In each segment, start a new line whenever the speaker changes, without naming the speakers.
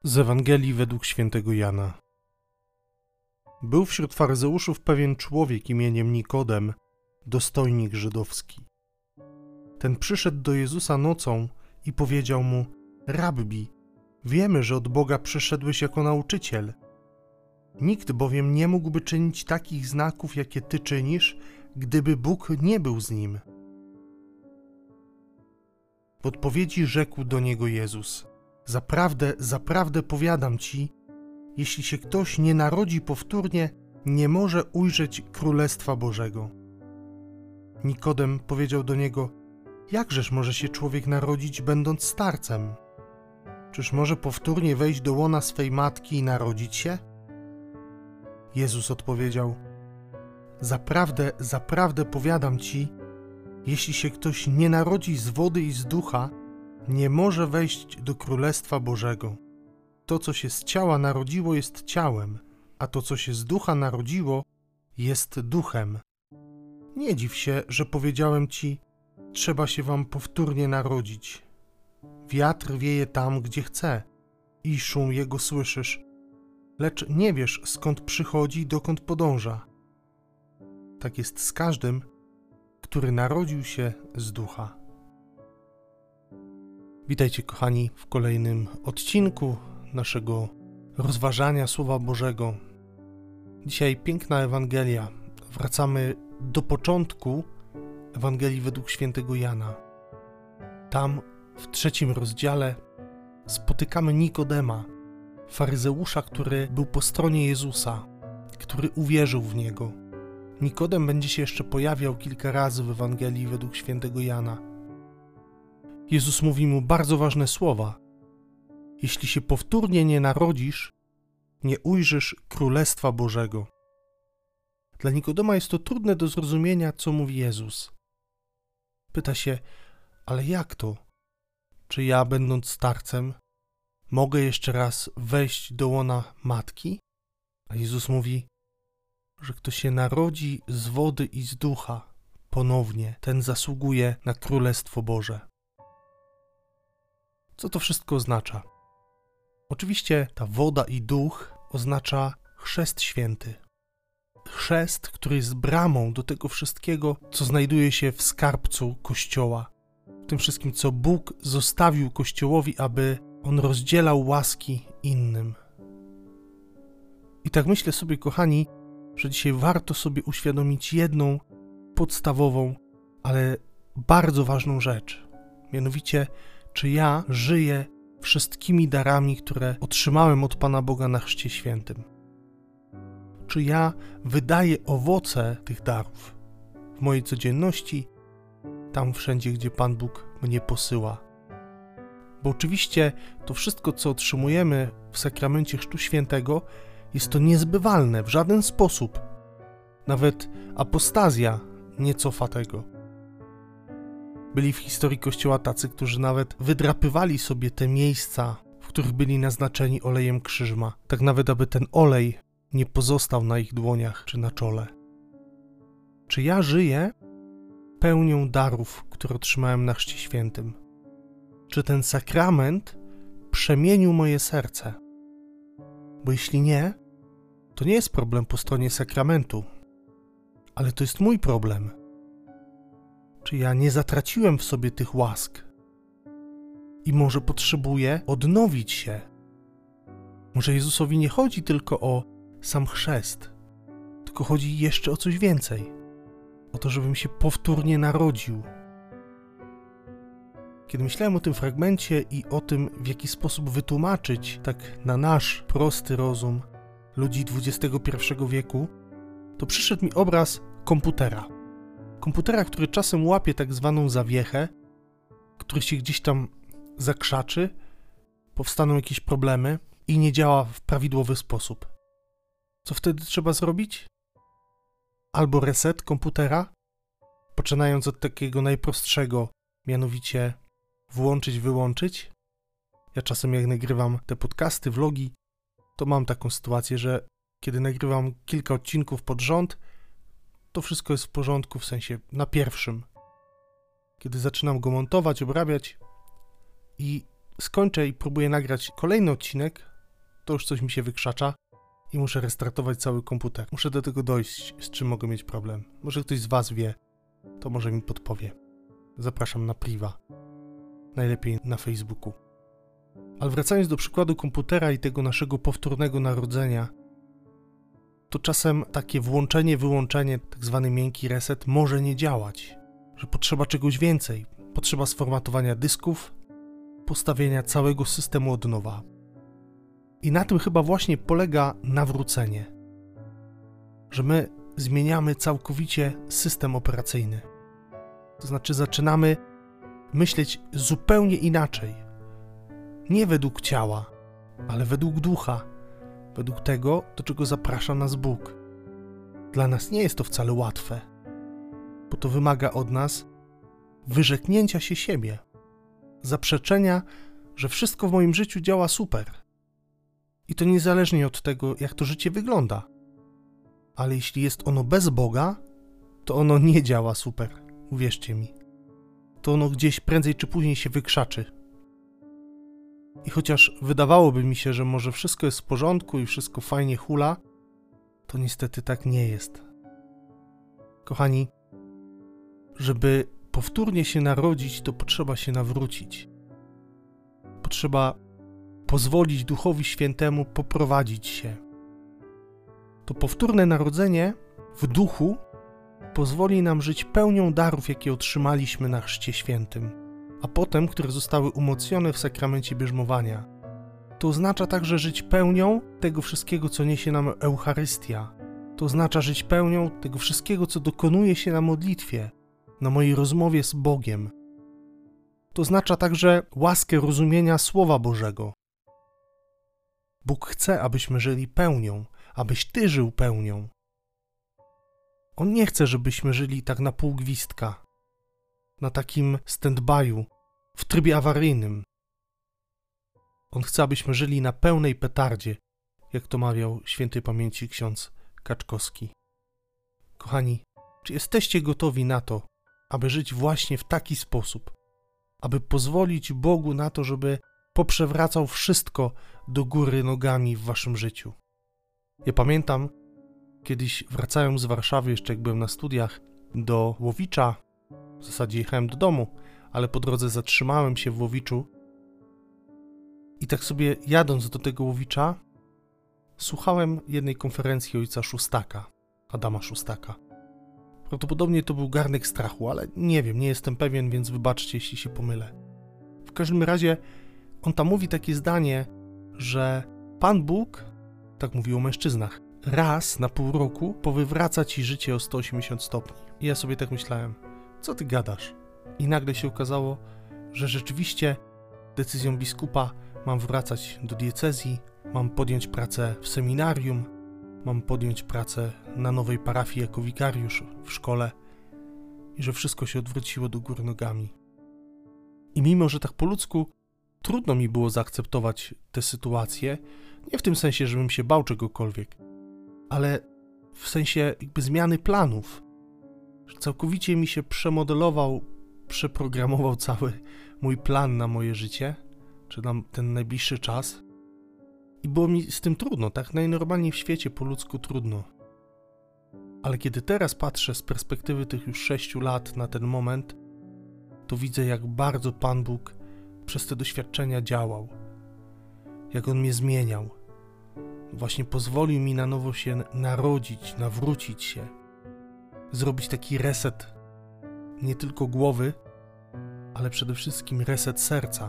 Z Ewangelii według świętego Jana. Był wśród faryzeuszów pewien człowiek imieniem Nikodem, dostojnik żydowski. Ten przyszedł do Jezusa nocą i powiedział mu: Rabbi, wiemy, że od Boga przyszedłeś jako nauczyciel. Nikt bowiem nie mógłby czynić takich znaków, jakie Ty czynisz, gdyby Bóg nie był z nim. W odpowiedzi rzekł do niego Jezus: Zaprawdę, zaprawdę powiadam Ci, jeśli się ktoś nie narodzi powtórnie, nie może ujrzeć Królestwa Bożego. Nikodem powiedział do niego: Jakżeż może się człowiek narodzić, będąc starcem? Czyż może powtórnie wejść do łona swej matki i narodzić się? Jezus odpowiedział: Zaprawdę, zaprawdę powiadam Ci, jeśli się ktoś nie narodzi z wody i z ducha, nie może wejść do Królestwa Bożego. To, co się z ciała narodziło, jest ciałem, a to, co się z ducha narodziło, jest duchem. Nie dziw się, że powiedziałem Ci, trzeba się wam powtórnie narodzić. Wiatr wieje tam, gdzie chce i szum jego słyszysz, lecz nie wiesz, skąd przychodzi i dokąd podąża. Tak jest z każdym, który narodził się z ducha. Witajcie, kochani, w kolejnym odcinku naszego rozważania Słowa Bożego. Dzisiaj piękna Ewangelia. Wracamy do początku Ewangelii według świętego Jana. Tam w 3 rozdziale spotykamy Nikodema, faryzeusza, który był po stronie Jezusa, który uwierzył w Niego. Nikodem będzie się jeszcze pojawiał kilka razy w Ewangelii według świętego Jana. Jezus mówi mu bardzo ważne słowa. Jeśli się powtórnie nie narodzisz, nie ujrzysz Królestwa Bożego. Dla Nikodema jest to trudne do zrozumienia, co mówi Jezus. Pyta się, ale jak to? Czy ja, będąc starcem, mogę jeszcze raz wejść do łona matki? A Jezus mówi, że kto się narodzi z wody i z ducha ponownie, ten zasługuje na Królestwo Boże. Co to wszystko oznacza? Oczywiście ta woda i duch oznacza chrzest święty. Chrzest, który jest bramą do tego wszystkiego, co znajduje się w skarbcu Kościoła. W tym wszystkim, co Bóg zostawił Kościołowi, aby on rozdzielał łaski innym. I tak myślę sobie, kochani, że dzisiaj warto sobie uświadomić jedną podstawową, ale bardzo ważną rzecz. Mianowicie, czy ja żyję wszystkimi darami, które otrzymałem od Pana Boga na Chrzcie Świętym? Czy ja wydaję owoce tych darów w mojej codzienności, tam wszędzie, gdzie Pan Bóg mnie posyła? Bo oczywiście to wszystko, co otrzymujemy w sakramencie Chrztu Świętego, jest to niezbywalne w żaden sposób. Nawet apostazja nie cofa tego. Byli w historii Kościoła tacy, którzy nawet wydrapywali sobie te miejsca, w których byli naznaczeni olejem krzyżma, tak nawet aby ten olej nie pozostał na ich dłoniach czy na czole. Czy ja żyję pełnią darów, które otrzymałem na Chrzcie Świętym? Czy ten sakrament przemienił moje serce? Bo jeśli nie, to nie jest problem po stronie sakramentu, ale to jest mój problem. Czy ja nie zatraciłem w sobie tych łask? I może potrzebuję odnowić się? Może Jezusowi nie chodzi tylko o sam chrzest, tylko chodzi jeszcze o coś więcej. O to, żebym się powtórnie narodził. Kiedy myślałem o tym fragmencie i o tym, w jaki sposób wytłumaczyć tak na nasz prosty rozum ludzi XXI wieku, to przyszedł mi obraz komputera. Komputera, który czasem łapie tak zwaną zawiechę, który się gdzieś tam zakrzaczy, powstaną jakieś problemy i nie działa w prawidłowy sposób. Co wtedy trzeba zrobić? Albo reset komputera, poczynając od takiego najprostszego, mianowicie włączyć, wyłączyć. Ja czasem jak nagrywam te podcasty, vlogi, to mam taką sytuację, że kiedy nagrywam kilka odcinków pod rząd, to wszystko jest w porządku, w sensie na pierwszym. Kiedy zaczynam go montować, obrabiać i skończę i próbuję nagrać kolejny odcinek, to już coś mi się wykrzacza i muszę restartować cały komputer. Muszę do tego dojść, z czym mogę mieć problem. Może ktoś z was wie, to może mi podpowie. Zapraszam na priwa. Najlepiej na Facebooku. Ale wracając do przykładu komputera i tego naszego powtórnego narodzenia, to czasem takie włączenie, wyłączenie, tak zwany miękki reset może nie działać. Że potrzeba czegoś więcej. Potrzeba sformatowania dysków, postawienia całego systemu od nowa. I na tym chyba właśnie polega nawrócenie. Że my zmieniamy całkowicie system operacyjny. To znaczy zaczynamy myśleć zupełnie inaczej. Nie według ciała, ale według ducha. Według tego, do czego zaprasza nas Bóg. Dla nas nie jest to wcale łatwe, bo to wymaga od nas wyrzeknięcia się siebie, zaprzeczenia, że wszystko w moim życiu działa super. I to niezależnie od tego, jak to życie wygląda. Ale jeśli jest ono bez Boga, to ono nie działa super, uwierzcie mi. To ono gdzieś prędzej czy później się wykrzaczy. I chociaż wydawałoby mi się, że może wszystko jest w porządku i wszystko fajnie hula, to niestety tak nie jest. Kochani, żeby powtórnie się narodzić, to potrzeba się nawrócić. Potrzeba pozwolić Duchowi Świętemu poprowadzić się. To powtórne narodzenie w duchu pozwoli nam żyć pełnią darów, jakie otrzymaliśmy na Chrzcie Świętym, a potem, które zostały umocnione w sakramencie bierzmowania. To oznacza także żyć pełnią tego wszystkiego, co niesie nam Eucharystia. To oznacza żyć pełnią tego wszystkiego, co dokonuje się na modlitwie, na mojej rozmowie z Bogiem. To oznacza także łaskę rozumienia Słowa Bożego. Bóg chce, abyśmy żyli pełnią, abyś Ty żył pełnią. On nie chce, żebyśmy żyli tak na pół gwizdka, na takim stand-by'u, w trybie awaryjnym. On chce, abyśmy żyli na pełnej petardzie, jak to mawiał świętej pamięci ksiądz Kaczkowski. Kochani, czy jesteście gotowi na to, aby żyć właśnie w taki sposób, aby pozwolić Bogu na to, żeby poprzewracał wszystko do góry nogami w waszym życiu? Ja pamiętam, kiedyś wracając z Warszawy, jeszcze jak byłem na studiach, do Łowicza, w zasadzie jechałem do domu, ale po drodze zatrzymałem się w Łowiczu i tak sobie jadąc do tego Łowicza, słuchałem jednej konferencji ojca Szóstaka, Adama Szóstaka. Prawdopodobnie to był garnek strachu, ale nie wiem, nie jestem pewien, więc wybaczcie, jeśli się pomylę. W każdym razie on tam mówi takie zdanie, że Pan Bóg, tak mówi o mężczyznach, raz na pół roku powywraca ci życie o 180 stopni. I ja sobie tak myślałem, co ty gadasz? I nagle się okazało, że rzeczywiście decyzją biskupa mam wracać do diecezji, mam podjąć pracę w seminarium, mam podjąć pracę na nowej parafii jako wikariusz w szkole i że wszystko się odwróciło do góry nogami. I mimo, że tak po ludzku trudno mi było zaakceptować tę sytuację, nie w tym sensie, żebym się bał czegokolwiek, ale w sensie jakby zmiany planów, że całkowicie mi się przemodelował, przeprogramował cały mój plan na moje życie, czy na ten najbliższy czas. I było mi z tym trudno, tak najnormalniej w świecie po ludzku trudno. Ale kiedy teraz patrzę z perspektywy tych już 6 lat na ten moment, to widzę, jak bardzo Pan Bóg przez te doświadczenia działał. Jak On mnie zmieniał. Właśnie pozwolił mi na nowo się narodzić, nawrócić się. Zrobić taki reset nie tylko głowy, ale przede wszystkim reset serca.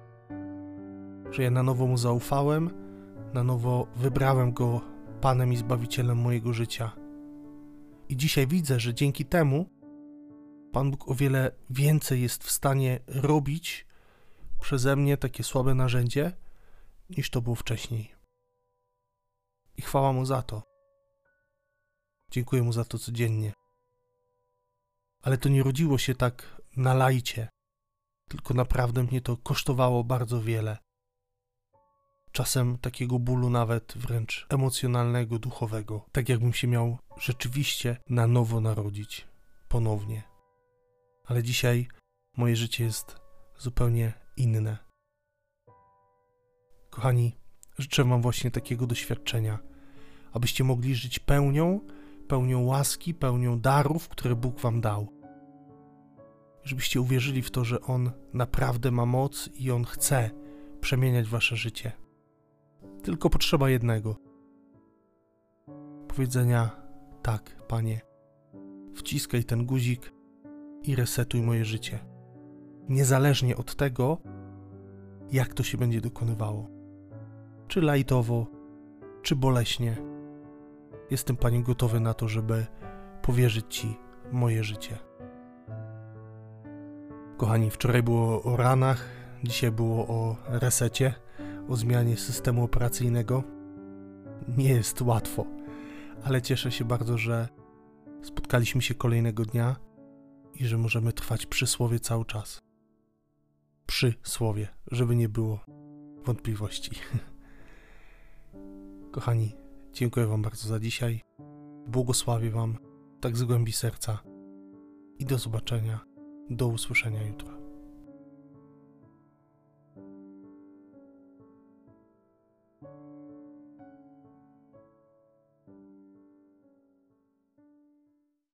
Że ja na nowo Mu zaufałem, na nowo wybrałem Go Panem i Zbawicielem mojego życia. I dzisiaj widzę, że dzięki temu Pan Bóg o wiele więcej jest w stanie robić przeze mnie takie słabe narzędzie, niż to było wcześniej. I chwała Mu za to. Dziękuję Mu za to codziennie. Ale to nie rodziło się tak na lajcie, tylko naprawdę mnie to kosztowało bardzo wiele. Czasem takiego bólu nawet wręcz emocjonalnego, duchowego. Tak jakbym się miał rzeczywiście na nowo narodzić. Ponownie. Ale dzisiaj moje życie jest zupełnie inne. Kochani, Życzę Wam właśnie takiego doświadczenia, abyście mogli żyć pełnią łaski, pełnią darów, które Bóg Wam dał. Żebyście uwierzyli w to, że On naprawdę ma moc i On chce przemieniać Wasze życie. Tylko potrzeba jednego. Powiedzenia: tak, Panie, wciskaj ten guzik i resetuj moje życie. Niezależnie od tego, jak to się będzie dokonywało. Czy lajtowo, czy boleśnie. Jestem, Panie, gotowy na to, żeby powierzyć Ci moje życie. Kochani, wczoraj było o ranach, dzisiaj było o resecie, o zmianie systemu operacyjnego. Nie jest łatwo, ale cieszę się bardzo, że spotkaliśmy się kolejnego dnia i że możemy trwać przy słowie cały czas. Przy słowie, żeby nie było wątpliwości. Kochani, dziękuję Wam bardzo za dzisiaj. Błogosławię Wam tak z głębi serca i do zobaczenia, do usłyszenia jutro.